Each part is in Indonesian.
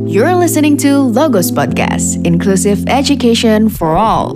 You're listening to Logos Podcast, Inclusive Education for All.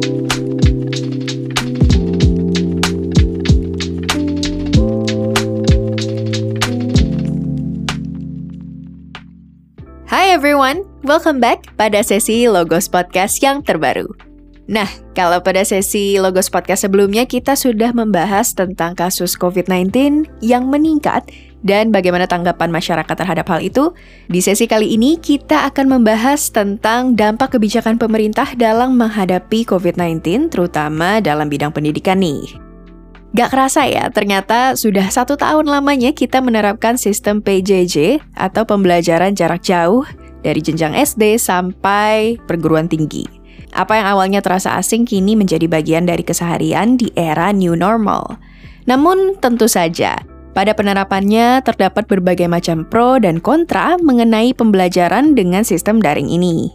Hi everyone, welcome back pada sesi Logos Podcast yang terbaru. Nah, kalau pada sesi Logos Podcast sebelumnya kita sudah membahas tentang kasus COVID-19 yang meningkat dan bagaimana tanggapan masyarakat terhadap hal itu, di sesi kali ini kita akan membahas tentang dampak kebijakan pemerintah dalam menghadapi COVID-19, terutama dalam bidang pendidikan nih. Gak kerasa ya, ternyata sudah 1 tahun lamanya kita menerapkan sistem PJJ atau pembelajaran jarak jauh dari jenjang SD sampai perguruan tinggi. Apa yang awalnya terasa asing kini menjadi bagian dari keseharian di era new normal. Namun tentu saja, pada penerapannya terdapat berbagai macam pro dan kontra mengenai pembelajaran dengan sistem daring ini.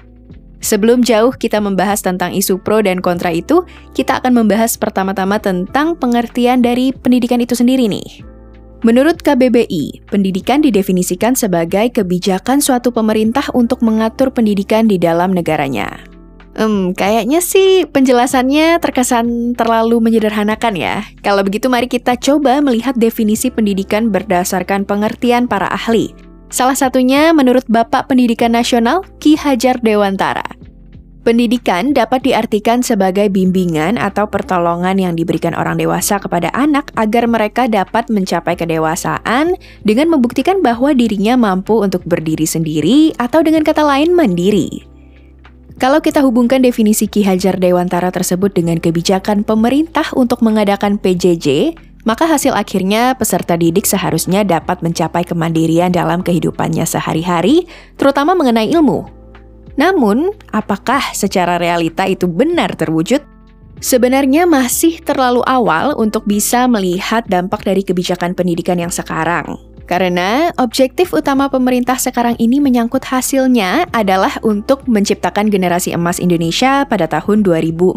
Sebelum jauh kita membahas tentang isu pro dan kontra itu, kita akan membahas pertama-tama tentang pengertian dari pendidikan itu sendiri nih. Menurut KBBI, pendidikan didefinisikan sebagai kebijakan suatu pemerintah untuk mengatur pendidikan di dalam negaranya. Kayaknya sih penjelasannya terkesan terlalu menyederhanakan ya. Kalau begitu mari kita coba melihat definisi pendidikan berdasarkan pengertian para ahli. Salah satunya menurut Bapak Pendidikan Nasional Ki Hajar Dewantara. Pendidikan dapat diartikan sebagai bimbingan atau pertolongan yang diberikan orang dewasa kepada anak agar mereka dapat mencapai kedewasaan dengan membuktikan bahwa dirinya mampu untuk berdiri sendiri atau dengan kata lain mandiri. Kalau kita hubungkan definisi Ki Hajar Dewantara tersebut dengan kebijakan pemerintah untuk mengadakan PJJ, maka hasil akhirnya peserta didik seharusnya dapat mencapai kemandirian dalam kehidupannya sehari-hari, terutama mengenai ilmu. Namun, apakah secara realita itu benar terwujud? Sebenarnya masih terlalu awal untuk bisa melihat dampak dari kebijakan pendidikan yang sekarang. Karena objektif utama pemerintah sekarang ini menyangkut hasilnya adalah untuk menciptakan generasi emas Indonesia pada tahun 2045.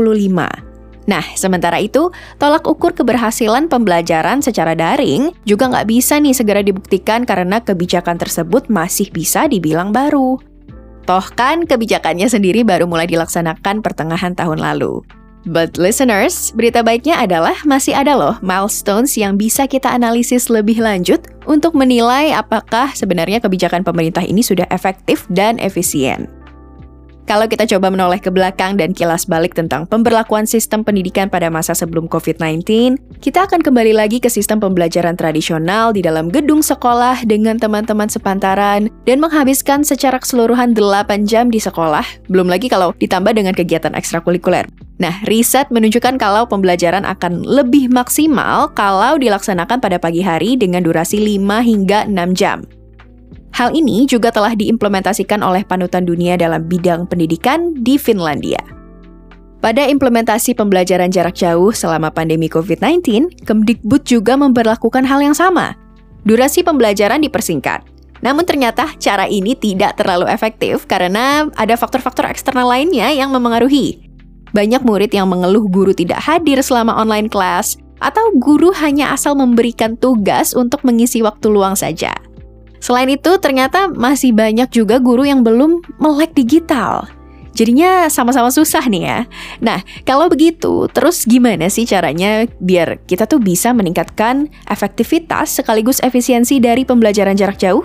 Nah, sementara itu, tolak ukur keberhasilan pembelajaran secara daring juga nggak bisa nih segera dibuktikan karena kebijakan tersebut masih bisa dibilang baru. Toh kan kebijakannya sendiri baru mulai dilaksanakan pertengahan tahun lalu. But listeners, berita baiknya adalah masih ada loh milestones yang bisa kita analisis lebih lanjut untuk menilai apakah sebenarnya kebijakan pemerintah ini sudah efektif dan efisien. Kalau kita coba menoleh ke belakang dan kilas balik tentang pemberlakuan sistem pendidikan pada masa sebelum COVID-19, kita akan kembali lagi ke sistem pembelajaran tradisional di dalam gedung sekolah dengan teman-teman sepantaran dan menghabiskan secara keseluruhan 8 jam di sekolah, belum lagi kalau ditambah dengan kegiatan ekstrakurikuler. Nah, riset menunjukkan kalau pembelajaran akan lebih maksimal kalau dilaksanakan pada pagi hari dengan durasi 5 hingga 6 jam. Hal ini juga telah diimplementasikan oleh panutan dunia dalam bidang pendidikan di Finlandia. Pada implementasi pembelajaran jarak jauh selama pandemi COVID-19, Kemdikbud juga memberlakukan hal yang sama. Durasi pembelajaran dipersingkat. Namun ternyata cara ini tidak terlalu efektif karena ada faktor-faktor eksternal lainnya yang memengaruhi. Banyak murid yang mengeluh guru tidak hadir selama online class, atau guru hanya asal memberikan tugas untuk mengisi waktu luang saja. Selain itu, ternyata masih banyak juga guru yang belum melek digital. Jadinya sama-sama susah nih ya. Nah, kalau begitu, terus gimana sih caranya biar kita tuh bisa meningkatkan efektivitas sekaligus efisiensi dari pembelajaran jarak jauh?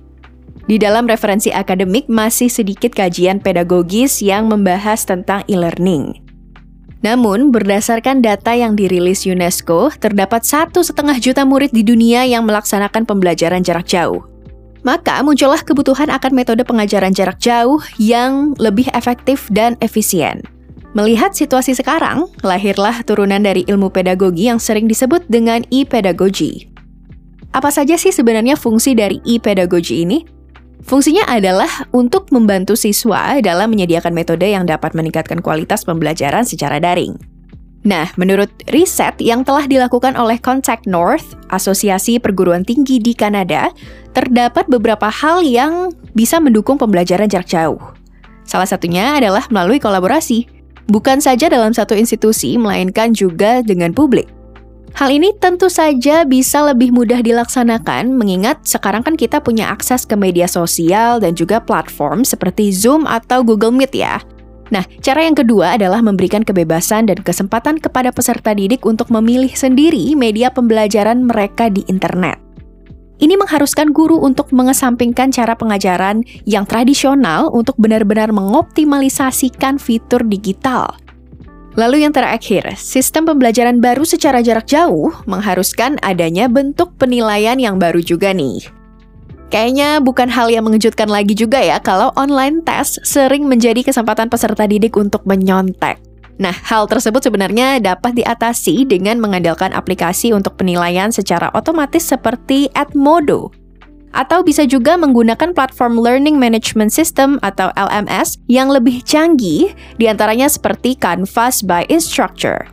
Di dalam referensi akademik masih sedikit kajian pedagogis yang membahas tentang e-learning. Namun, berdasarkan data yang dirilis UNESCO, terdapat 1,5 juta murid di dunia yang melaksanakan pembelajaran jarak jauh. Maka muncullah kebutuhan akan metode pengajaran jarak jauh yang lebih efektif dan efisien. Melihat situasi sekarang, lahirlah turunan dari ilmu pedagogi yang sering disebut dengan e-pedagogy. Apa saja sih sebenarnya fungsi dari e-pedagogy ini? Fungsinya adalah untuk membantu siswa dalam menyediakan metode yang dapat meningkatkan kualitas pembelajaran secara daring. Nah, menurut riset yang telah dilakukan oleh Contact North, Asosiasi Perguruan Tinggi di Kanada, terdapat beberapa hal yang bisa mendukung pembelajaran jarak jauh. Salah satunya adalah melalui kolaborasi, bukan saja dalam satu institusi, melainkan juga dengan publik. Hal ini tentu saja bisa lebih mudah dilaksanakan mengingat sekarang kan kita punya akses ke media sosial dan juga platform seperti Zoom atau Google Meet ya. Nah, cara yang kedua adalah memberikan kebebasan dan kesempatan kepada peserta didik untuk memilih sendiri media pembelajaran mereka di internet. Ini mengharuskan guru untuk mengesampingkan cara pengajaran yang tradisional untuk benar-benar mengoptimalisasikan fitur digital. Lalu yang terakhir, sistem pembelajaran baru secara jarak jauh mengharuskan adanya bentuk penilaian yang baru juga nih. Kayaknya bukan hal yang mengejutkan lagi juga ya kalau online test sering menjadi kesempatan peserta didik untuk menyontek. Nah, hal tersebut sebenarnya dapat diatasi dengan mengandalkan aplikasi untuk penilaian secara otomatis seperti Edmodo. Atau bisa juga menggunakan platform Learning Management System atau LMS yang lebih canggih, diantaranya seperti Canvas by Instructure.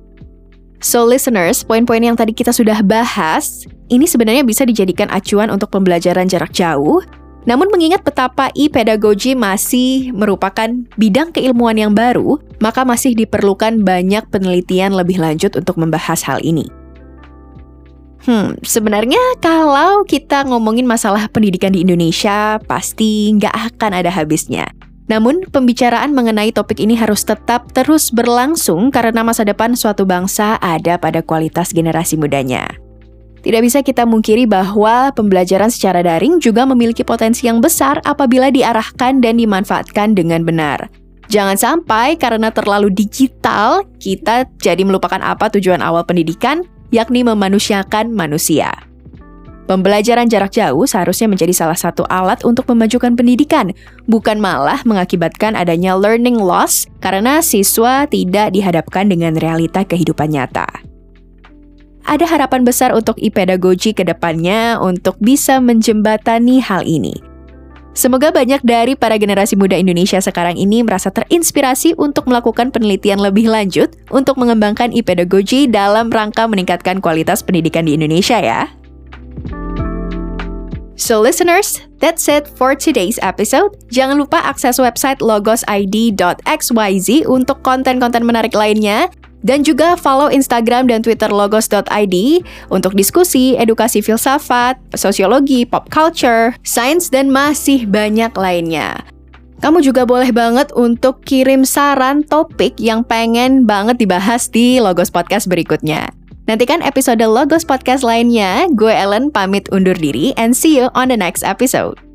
So listeners, poin-poin yang tadi kita sudah bahas, ini sebenarnya bisa dijadikan acuan untuk pembelajaran jarak jauh, namun mengingat betapa e-pedagogy masih merupakan bidang keilmuan yang baru, maka masih diperlukan banyak penelitian lebih lanjut untuk membahas hal ini. Sebenarnya kalau kita ngomongin masalah pendidikan di Indonesia, pasti nggak akan ada habisnya. Namun, pembicaraan mengenai topik ini harus tetap terus berlangsung karena masa depan suatu bangsa ada pada kualitas generasi mudanya. Tidak bisa kita mungkiri bahwa pembelajaran secara daring juga memiliki potensi yang besar apabila diarahkan dan dimanfaatkan dengan benar. Jangan sampai karena terlalu digital, kita jadi melupakan apa tujuan awal pendidikan, yakni memanusiakan manusia. Pembelajaran jarak jauh seharusnya menjadi salah satu alat untuk memajukan pendidikan, bukan malah mengakibatkan adanya learning loss karena siswa tidak dihadapkan dengan realita kehidupan nyata. Ada harapan besar untuk e-pedagogy ke depannya untuk bisa menjembatani hal ini. Semoga banyak dari para generasi muda Indonesia sekarang ini merasa terinspirasi untuk melakukan penelitian lebih lanjut untuk mengembangkan e-pedagogy dalam rangka meningkatkan kualitas pendidikan di Indonesia ya. So listeners, that's it for today's episode. Jangan lupa akses website logosid.xyz untuk konten-konten menarik lainnya. Dan juga follow Instagram dan Twitter logos.id untuk diskusi, edukasi filsafat, sosiologi, pop culture, sains, dan masih banyak lainnya. Kamu juga boleh banget untuk kirim saran topik yang pengen banget dibahas di Logos Podcast berikutnya. Nantikan episode Logos Podcast lainnya. Gue Ellen pamit undur diri and see you on the next episode.